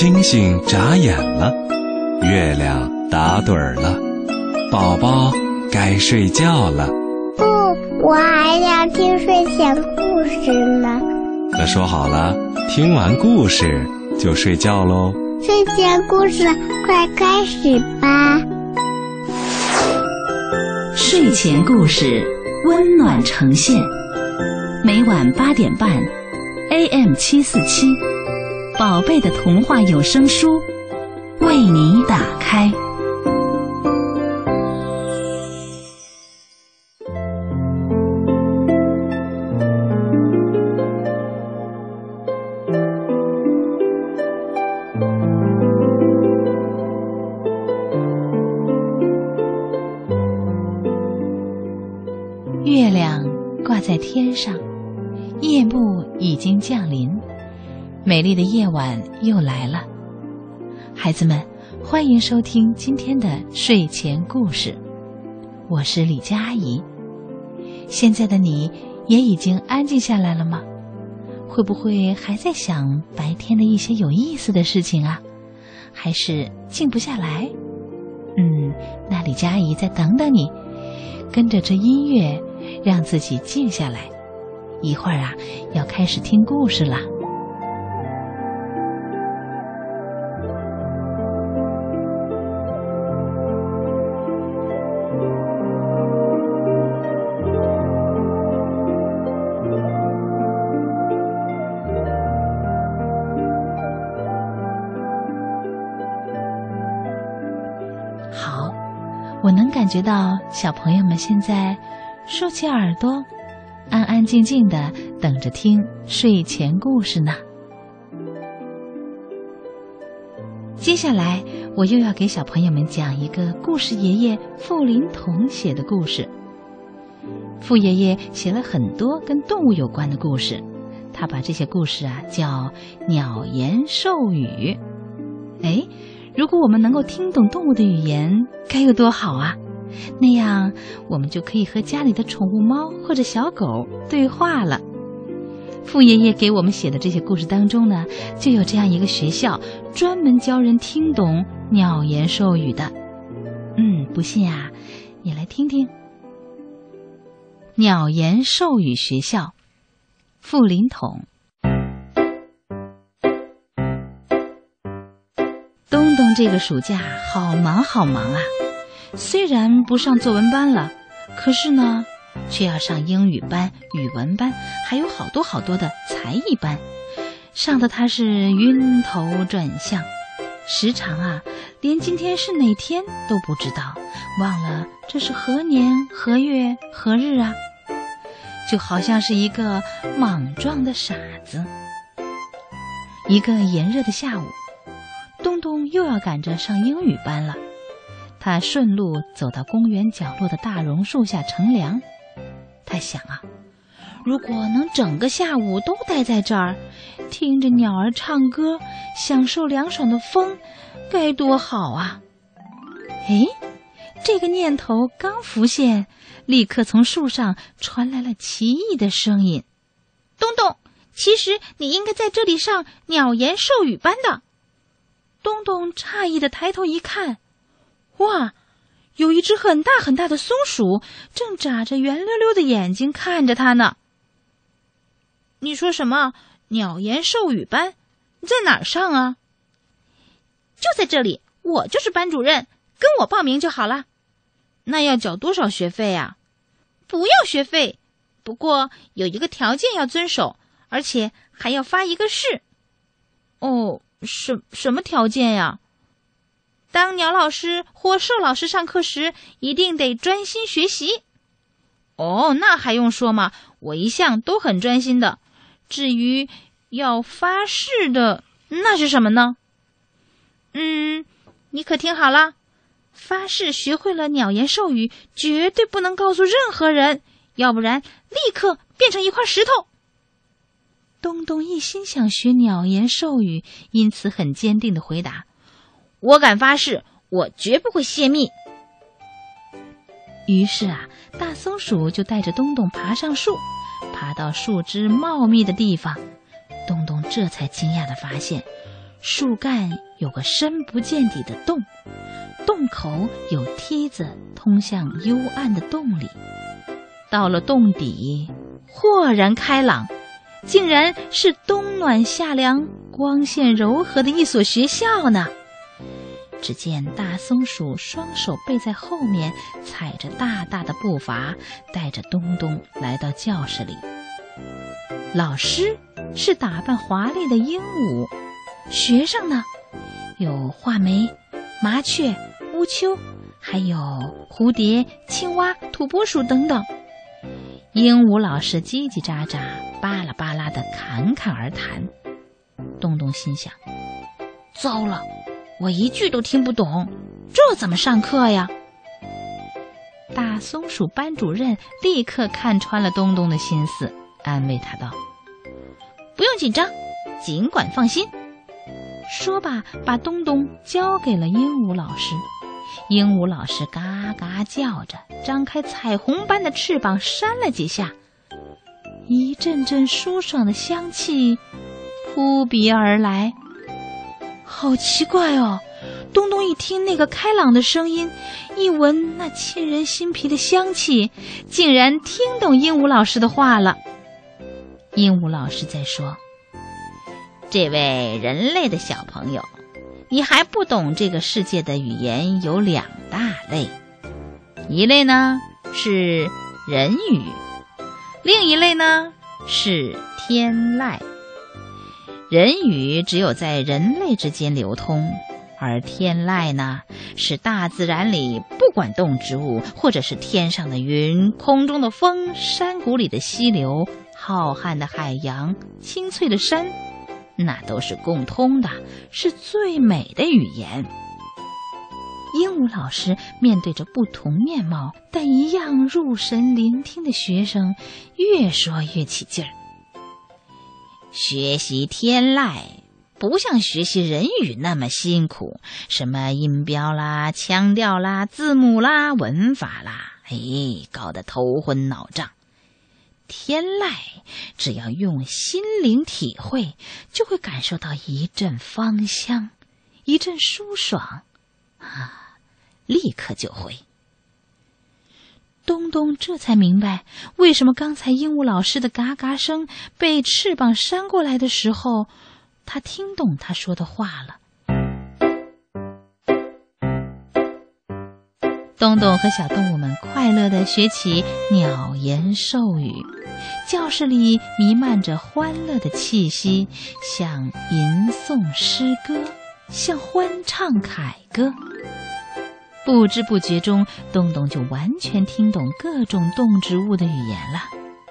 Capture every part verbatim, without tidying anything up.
星星眨眼了，月亮打盹儿了，宝宝该睡觉了。 不，我还要听睡前故事呢。 那说好了，听完故事就睡觉喽。 睡前故事快开始吧。 睡前故事温暖呈现，每晚八点半 A M 七四七，宝贝的童话有声书为你打开。月亮挂在天上，夜幕已经降临，美丽的夜晚又来了。孩子们，欢迎收听今天的睡前故事，我是李佳阿姨。现在的你也已经安静下来了吗？会不会还在想白天的一些有意思的事情啊？还是静不下来？嗯，那李佳阿姨再等等你，跟着这音乐让自己静下来，一会儿啊，要开始听故事了。好，我能感觉到小朋友们现在竖起耳朵，安安静静地等着听睡前故事呢。接下来我又要给小朋友们讲一个故事爷爷傅林彤写的故事。傅爷爷写了很多跟动物有关的故事，他把这些故事啊叫鸟言兽语。哎，如果我们能够听懂动物的语言，该有多好啊！那样我们就可以和家里的宠物猫或者小狗对话了。傅爷爷给我们写的这些故事当中呢，就有这样一个学校，专门教人听懂鸟言兽语的。嗯，不信啊，你来听听。鸟言兽语学校，傅林彤。东东这个暑假好忙好忙啊，虽然不上作文班了，可是呢，却要上英语班、语文班，还有好多好多的才艺班，上的他是晕头转向，时常啊，连今天是哪天都不知道，忘了这是何年何月何日啊，就好像是一个莽撞的傻子。一个炎热的下午，东东又要赶着上英语班了。他顺路走到公园角落的大榕树下乘凉。他想啊，如果能整个下午都待在这儿，听着鸟儿唱歌，享受凉爽的风，该多好啊！诶，这个念头刚浮现，立刻从树上传来了奇异的声音：东东，其实你应该在这里上鸟言兽语班的。东东诧异地抬头一看，哇，有一只很大很大的松鼠正眨着圆溜溜的眼睛看着他呢。你说什么？鸟言兽语班在哪儿上啊？就在这里，我就是班主任，跟我报名就好了。那要缴多少学费啊？不要学费，不过有一个条件要遵守，而且还要发一个誓。哦，什什么条件呀？当鸟老师或兽老师上课时，一定得专心学习。哦，那还用说吗？我一向都很专心的。至于要发誓的，那是什么呢？嗯，你可听好了，发誓学会了鸟言兽语，绝对不能告诉任何人，要不然立刻变成一块石头。东东一心想学鸟言兽语，因此很坚定地回答：我敢发誓，我绝不会泄密。于是啊，大松鼠就带着东东爬上树，爬到树枝茂密的地方。东东这才惊讶地发现， 树干有个深不见底的洞，洞口有梯子通向幽暗的洞里。到了洞底，豁然开朗，竟然是冬暖夏凉、光线柔和的一所学校呢。只见大松鼠双手背在后面，踩着大大的步伐，带着东东来到教室里。老师是打扮华丽的鹦鹉，学生呢有画眉、麻雀、乌秋，还有蝴蝶、青蛙、土拨鼠等等。鹦鹉老师叽叽喳喳、巴拉巴拉地侃侃而谈。东东心想，糟了，我一句都听不懂，这怎么上课呀？大松鼠班主任立刻看穿了东东的心思，安慰他道：不用紧张，尽管放心。说罢，把东东交给了鹦鹉老师。鹦鹉老师嘎嘎叫着，张开彩虹般的翅膀扇了几下，一阵阵舒爽的香气扑鼻而来。好奇怪哦，东东一听那个开朗的声音，一闻那沁人心脾的香气，竟然听懂鹦鹉老师的话了。鹦鹉老师在说：这位人类的小朋友，你还不懂这个世界的语言有两大类，一类呢是人语，另一类呢是天籁。人语只有在人类之间流通，而天籁呢，是大自然里不管动植物，或者是天上的云、空中的风、山谷里的溪流、浩瀚的海洋、清脆的山，那都是共通的，是最美的语言。鹦鹉老师面对着不同面貌但一样入神聆听的学生，越说越起劲儿。学习天籁不像学习人语那么辛苦，什么音标啦、腔调啦、字母啦、文法啦，哎，搞得头昏脑胀。天籁只要用心灵体会，就会感受到一阵芳香，一阵舒爽啊，立刻就会。东东这才明白，为什么刚才鹦鹉老师的嘎嘎声被翅膀扇过来的时候，他听懂他说的话了。东东和小动物们快乐地学起鸟言兽语，教室里弥漫着欢乐的气息，像吟诵诗歌，像欢唱凯歌。不知不觉中，东东就完全听懂各种动植物的语言了。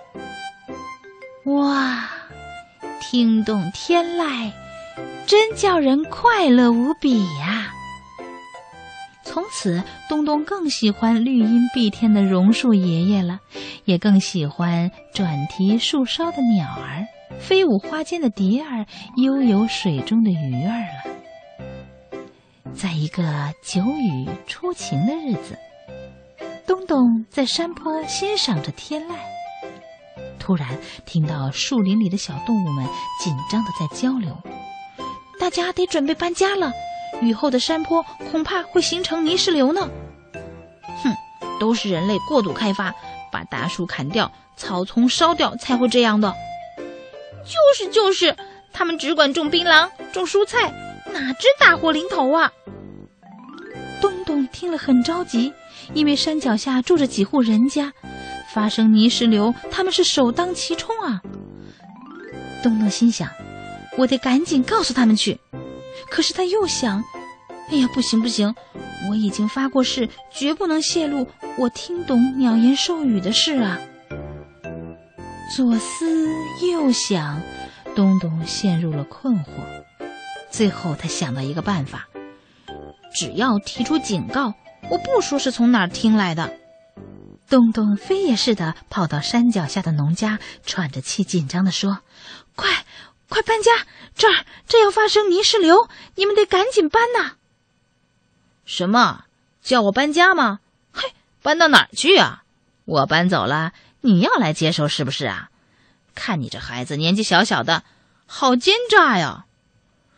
哇，听懂天籁，真叫人快乐无比呀！从此，东东更喜欢绿荫蔽天的榕树爷爷了，也更喜欢转蹄树梢的鸟儿、飞舞花间的蝶儿、悠游水中的鱼儿了。在一个久雨初晴的日子，东东在山坡欣赏着天籁，突然听到树林里的小动物们紧张地在交流：大家得准备搬家了，雨后的山坡恐怕会形成泥石流呢。哼，都是人类过度开发，把大树砍掉，草丛烧掉才会这样的。就是就是，他们只管种槟榔、种蔬菜，哪知大祸临头啊！东东听了很着急，因为山脚下住着几户人家，发生泥石流，他们是首当其冲啊。东东心想，我得赶紧告诉他们去。可是他又想，哎呀，不行不行，我已经发过誓，绝不能泄露我听懂鸟言兽语的事啊。左思右想，东东陷入了困惑。最后他想到一个办法，只要提出警告，我不说是从哪儿听来的。东东飞也似的跑到山脚下的农家，喘着气紧张地说：快快搬家，这儿这要发生泥石流，你们得赶紧搬呐！什么？叫我搬家吗？嘿，搬到哪儿去啊？我搬走了，你要来接收是不是啊？看你这孩子年纪小小的，好奸诈呀！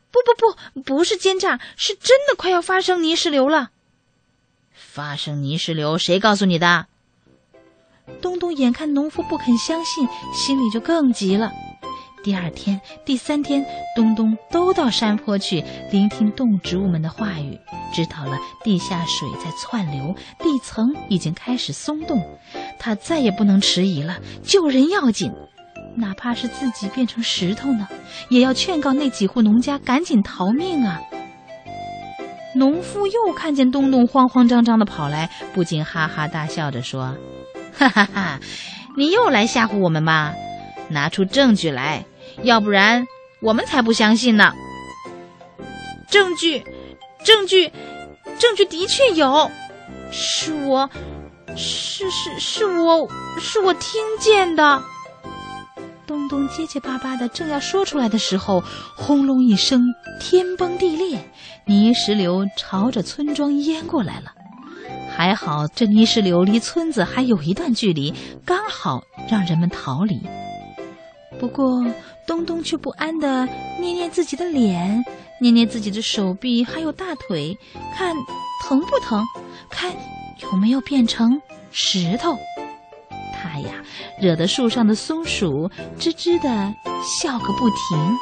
不不不，不是奸诈，是真的快要发生泥石流了。发生泥石流，谁告诉你的？东东眼看农夫不肯相信，心里就更急了。第二天、第三天，东东都到山坡去聆听动植物们的话语，知道了地下水在窜流，地层已经开始松动。他再也不能迟疑了，救人要紧，哪怕是自己变成石头呢，也要劝告那几户农家赶紧逃命啊！农夫又看见东东慌慌张张地跑来，不禁哈哈大笑着说：“哈哈哈，你又来吓唬我们吧？拿出证据来，要不然我们才不相信呢。”证据，证据，证据的确有，是我，是是是我，是我听见的。东东结结巴巴的正要说出来的时候，轰隆一声，天崩地裂，泥石流朝着村庄淹过来了。还好这泥石流离村子还有一段距离，刚好让人们逃离。不过东东却不安地捏捏自己的脸，捏捏自己的手臂还有大腿，看疼不疼，看有没有变成石头。他呀，惹得树上的松鼠吱吱地笑个不停。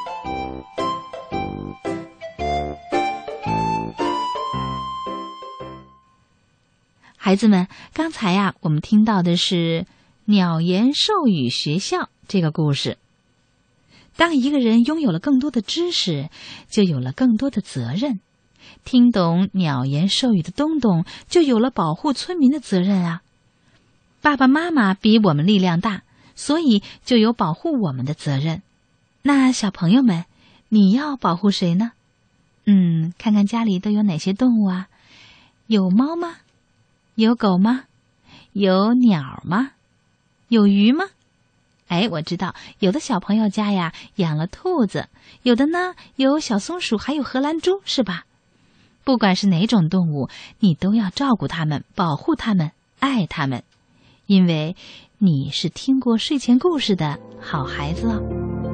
孩子们，刚才呀，我们听到的是鸟言兽语学校这个故事。当一个人拥有了更多的知识，就有了更多的责任。听懂鸟言兽语的东东，就有了保护村民的责任啊。爸爸妈妈比我们力量大，所以就有保护我们的责任。那小朋友们，你要保护谁呢？嗯，看看家里都有哪些动物啊？有猫吗？有狗吗？有鸟吗？有鱼吗？哎，我知道有的小朋友家呀养了兔子，有的呢有小松鼠，还有荷兰猪，是吧？不管是哪种动物，你都要照顾它们，保护它们，爱它们，因为你是听过睡前故事的好孩子哦。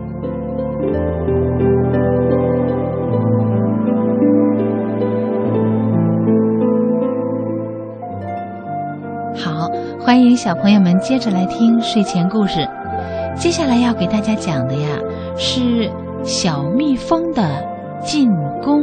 好，欢迎小朋友们接着来听睡前故事。接下来要给大家讲的呀，是小蜜蜂的进攻。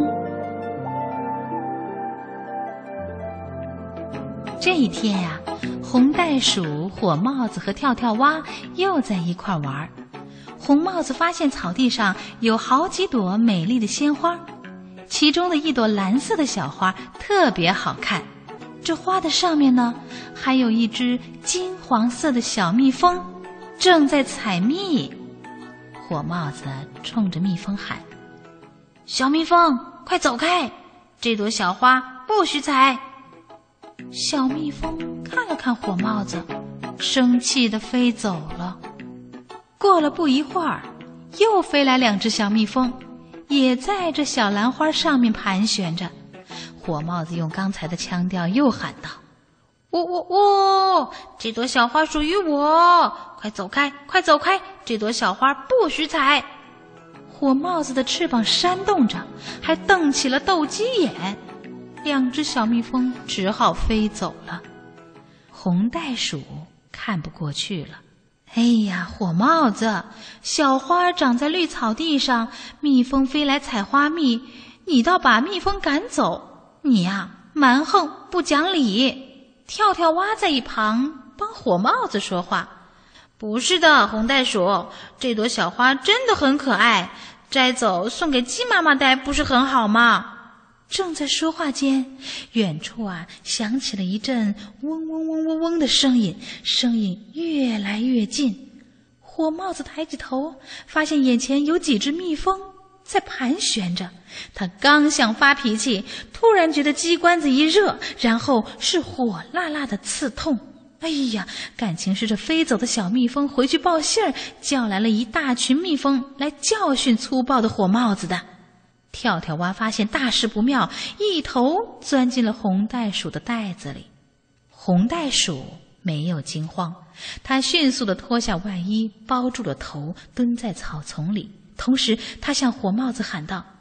这一天呀，红袋鼠、火帽子和跳跳蛙又在一块玩。红帽子发现草地上有好几朵美丽的鲜花，其中的一朵蓝色的小花特别好看，这花的上面呢，还有一只金黄色的小蜜蜂正在采蜜。火帽子冲着蜜蜂喊：“小蜜蜂，快走开，这朵小花不许采。”小蜜蜂看了看火帽子，生气地飞走了。过了不一会儿，又飞来两只小蜜蜂，也在这小兰花上面盘旋着。火帽子用刚才的腔调又喊道：“我我我，这朵小花属于我，快走开，快走开，这朵小花不许采。”火帽子的翅膀扇动着，还瞪起了斗鸡眼。两只小蜜蜂只好飞走了。红袋鼠看不过去了：“哎呀，火帽子，小花长在绿草地上，蜜蜂飞来采花蜜，你倒把蜜蜂赶走，你呀，蛮横不讲理。”跳跳蛙在一旁帮火帽子说话：“不是的，红袋鼠，这朵小花真的很可爱，摘走送给鸡妈妈戴不是很好吗？”正在说话间，远处啊响起了一阵嗡嗡嗡嗡嗡的声音，声音越来越近。火帽子抬起头，发现眼前有几只蜜蜂在盘旋着。他刚想发脾气，突然觉得鸡冠子一热，然后是火辣辣的刺痛。哎呀，感情是这飞走的小蜜蜂回去报信儿，叫来了一大群蜜蜂来教训粗暴的火帽子的。跳跳蛙发现大事不妙，一头钻进了红袋鼠的袋子里。红袋鼠没有惊慌，他迅速地脱下外衣，包住了头，蹲在草丛里。同时他向火帽子喊道：“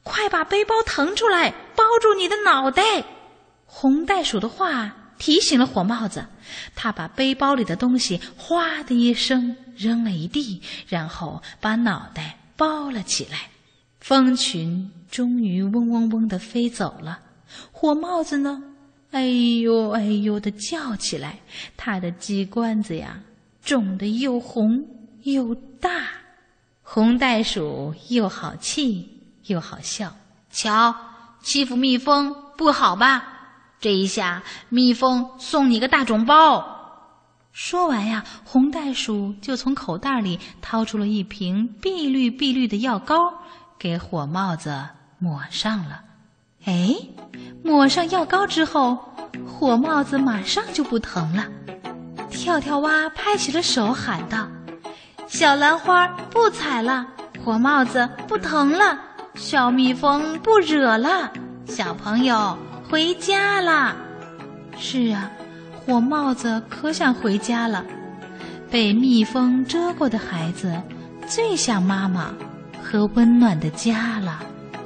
快把背包腾出来，包住你的脑袋。红袋鼠的话提醒了火帽子，他把背包里的东西哗的一声扔了一地，然后把脑袋包了起来。蜂群终于嗡嗡嗡地飞走了，火帽子呢，哎呦哎呦地叫起来，他的鸡冠子呀肿得又红又大。红袋鼠又好气又好笑，瞧，欺负蜜蜂不好吧？这一下蜜蜂送你个大肿包。说完呀，红袋鼠就从口袋里掏出了一瓶碧绿碧绿的药膏，给火帽子抹上了。哎，抹上药膏之后，火帽子马上就不疼了。跳跳蛙拍起了手喊道：小兰花不采了，火帽子不疼了，小蜜蜂不惹了，小朋友回家啦。是啊，火帽子可想回家了。被蜜蜂蛰过的孩子最想妈妈和温暖的家了。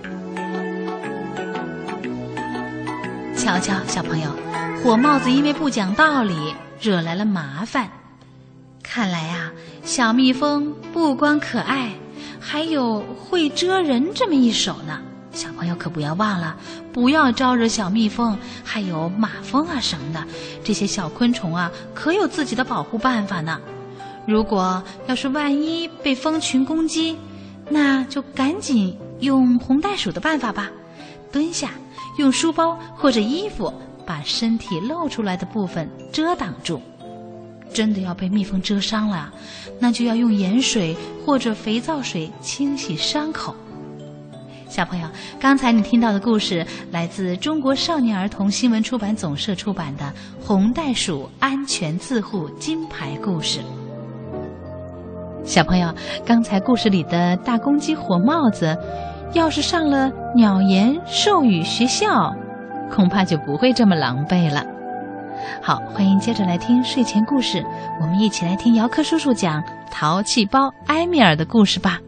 瞧瞧，小朋友，火帽子因为不讲道理惹来了麻烦。看来啊，小蜜蜂不光可爱，还有会蛰人这么一手呢。小朋友可不要忘了，不要招惹小蜜蜂，还有马蜂啊什么的，这些小昆虫啊可有自己的保护办法呢。如果要是万一被蜂群攻击，那就赶紧用红袋鼠的办法吧，蹲下，用书包或者衣服把身体露出来的部分遮挡住。真的要被蜜蜂蛰伤了，那就要用盐水或者肥皂水清洗伤口。小朋友，刚才你听到的故事来自中国少年儿童新闻出版总社出版的《红袋鼠安全自护金牌故事》。小朋友，刚才故事里的大公鸡火帽子，要是上了鸟研兽语学校，恐怕就不会这么狼狈了。好，欢迎接着来听睡前故事，我们一起来听姚科叔叔讲淘气包埃米尔的故事吧。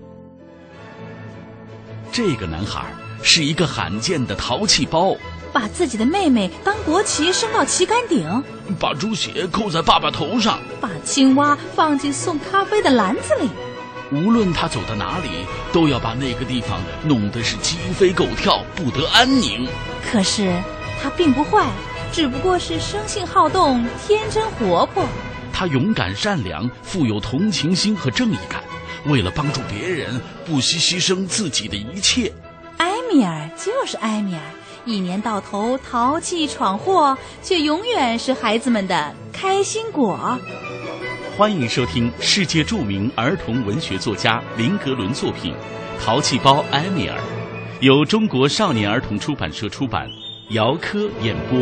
这个男孩是一个罕见的淘气包， 把自己的妹妹当国旗升到旗杆顶， 把猪血扣在爸爸头上， 把青蛙放进送咖啡的篮子里。 无论他走到哪里，都要把那个地方弄得是鸡飞狗跳，不得安宁。 可是他并不坏，只不过是生性好动，天真活泼。 他勇敢善良，富有同情心和正义感，为了帮助别人，不惜牺牲自己的一切。 埃米尔就是埃米尔，一年到头淘气闯祸，却永远是孩子们的开心果。 欢迎收听世界著名儿童文学作家林格伦作品《淘气包埃米尔》，由中国少年儿童出版社出版，姚科演播。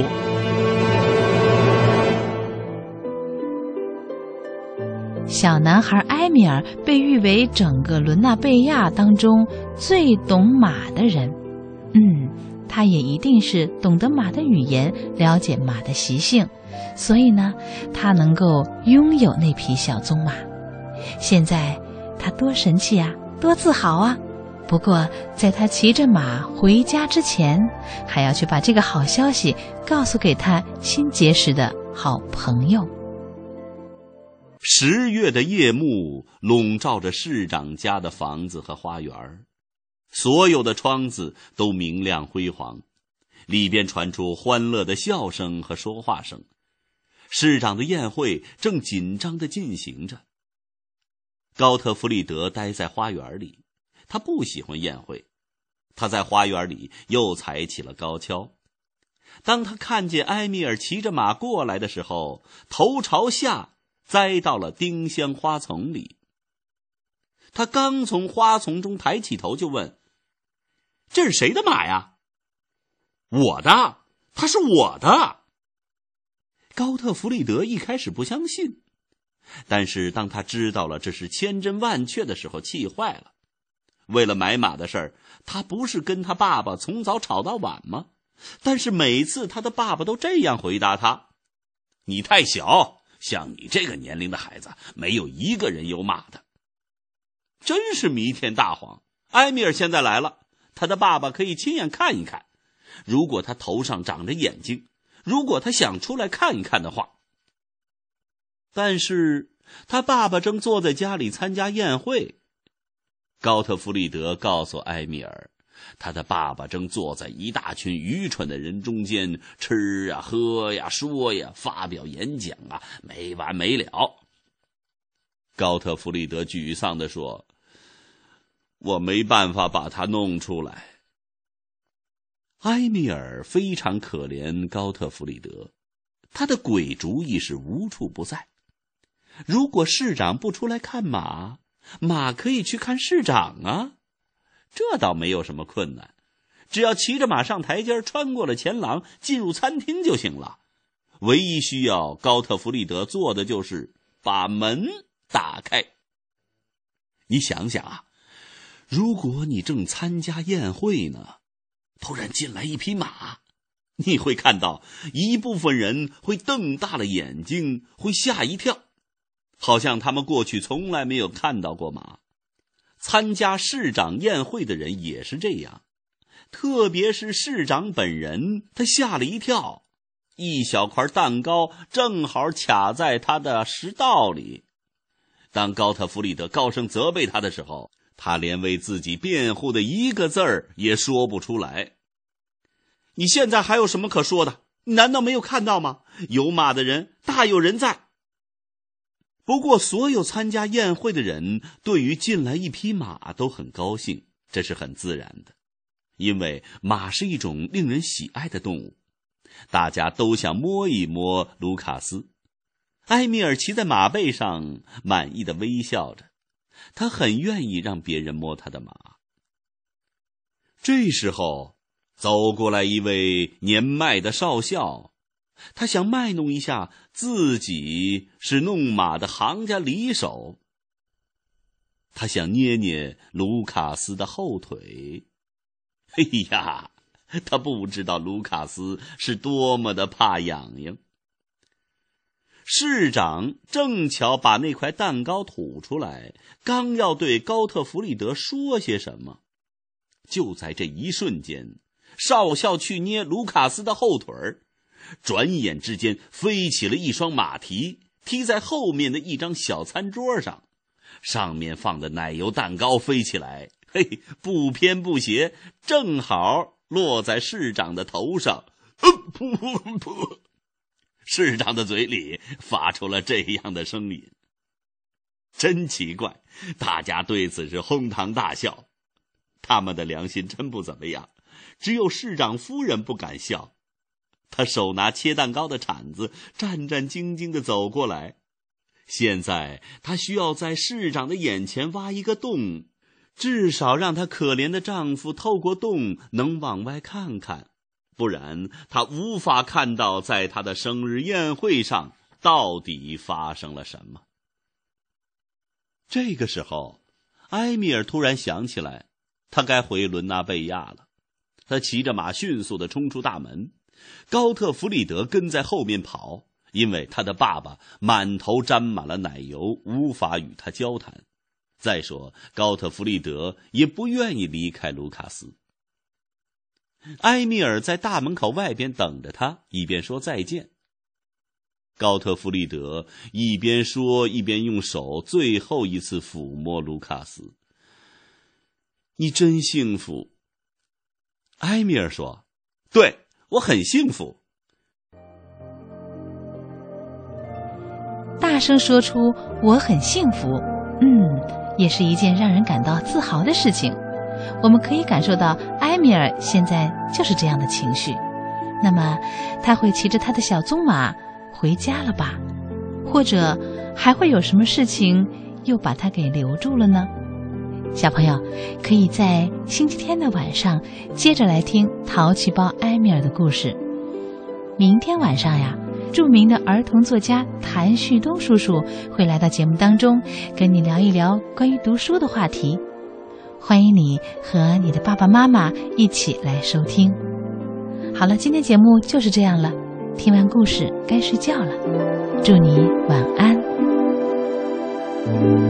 小男孩埃米尔被誉为整个伦纳贝亚当中最懂马的人。嗯，他也一定是懂得马的语言，了解马的习性，所以呢，他能够拥有那匹小棕马。现在他多神气啊，多自豪啊！不过在他骑着马回家之前，还要去把这个好消息告诉给他新结识的好朋友。 十月的夜幕笼罩着市长家的房子和花园，所有的窗子都明亮辉煌，里边传出欢乐的笑声和说话声。市长的宴会正紧张地进行着。高特弗里德待在花园里，他不喜欢宴会。他在花园里又踩起了高跷。当他看见埃米尔骑着马过来的时候，头朝下栽到了丁香花丛里。他刚从花丛中抬起头就问：这是谁的马呀？我的，他是我的。高特弗里德一开始不相信，但是当他知道了这是千真万确的时候，气坏了。为了买马的事儿，他不是跟他爸爸从早吵到晚吗？但是每次他的爸爸都这样回答他：你太小，像你这个年龄的孩子，没有一个人有马的。真是弥天大谎。埃米尔现在来了， 他的爸爸可以亲眼看一看。如果他头上长着眼睛，如果他想出来看一看的话。但是他爸爸正坐在家里参加宴会。高特弗里德告诉埃米尔，他的爸爸正坐在一大群愚蠢的人中间，吃啊喝呀说呀，发表演讲啊，没完没了。高特弗里德沮丧地说，我没办法把他弄出来。埃米尔非常可怜高特弗里德，他的鬼主意是无处不在。如果市长不出来看马，马可以去看市长啊，这倒没有什么困难，只要骑着马上台阶，穿过了前廊，进入餐厅就行了。唯一需要高特弗里德做的就是把门打开。你想想啊，如果你正参加宴会呢，突然进来一匹马，你会看到一部分人会瞪大了眼睛，会吓一跳，好像他们过去从来没有看到过马。参加市长宴会的人也是这样，特别是市长本人，他吓了一跳，一小块蛋糕正好卡在他的食道里。当高特弗里德高声责备他的时候，他连为自己辩护的一个字儿也说不出来。你现在还有什么可说的？你难道没有看到吗？有马的人大有人在。不过所有参加宴会的人对于进来一匹马都很高兴，这是很自然的，因为马是一种令人喜爱的动物，大家都想摸一摸卢卡斯。埃米尔骑在马背上，满意的微笑着，他很愿意让别人摸他的马。这时候走过来一位年迈的少校，他想卖弄一下自己是弄马的行家里手，他想捏捏卢卡斯的后腿。哎呀，他不知道卢卡斯是多么的怕痒痒。市长正巧把那块蛋糕吐出来，刚要对高特弗里德说些什么，就在这一瞬间，少校去捏卢卡斯的后腿儿，转眼之间飞起了一双马蹄，踢在后面的一张小餐桌上，上面放的奶油蛋糕飞起来，嘿，不偏不斜，正好落在市长的头上。噗噗噗！市长的嘴里发出了这样的声音。真奇怪，大家对此是哄堂大笑。他们的良心真不怎么样，只有市长夫人不敢笑。他手拿切蛋糕的铲子，战战兢兢地走过来。现在他需要在市长的眼前挖一个洞，至少让她可怜的丈夫透过洞能往外看看，不然他无法看到在他的生日宴会上到底发生了什么。这个时候，埃米尔突然想起来，他该回伦纳贝亚了。他骑着马迅速地冲出大门，高特弗里德跟在后面跑，因为他的爸爸满头沾满了奶油，无法与他交谈。再说，高特弗里德也不愿意离开卢卡斯。埃米尔在大门口外边等着他，一边说再见。高特弗里德一边说一边用手最后一次抚摸卢卡斯。你真幸福。埃米尔说，对，我很幸福。 大声说出我很幸福，嗯，也是一件让人感到自豪的事情。我们可以感受到埃米尔现在就是这样的情绪。那么他会骑着他的小棕马回家了吧？或者还会有什么事情又把他给留住了呢？小朋友可以在星期天的晚上接着来听淘气包埃米尔的故事。明天晚上呀，著名的儿童作家谭旭东叔叔会来到节目当中，跟你聊一聊关于读书的话题。欢迎你和你的爸爸妈妈一起来收听。好了，今天节目就是这样了，听完故事该睡觉了，祝你晚安。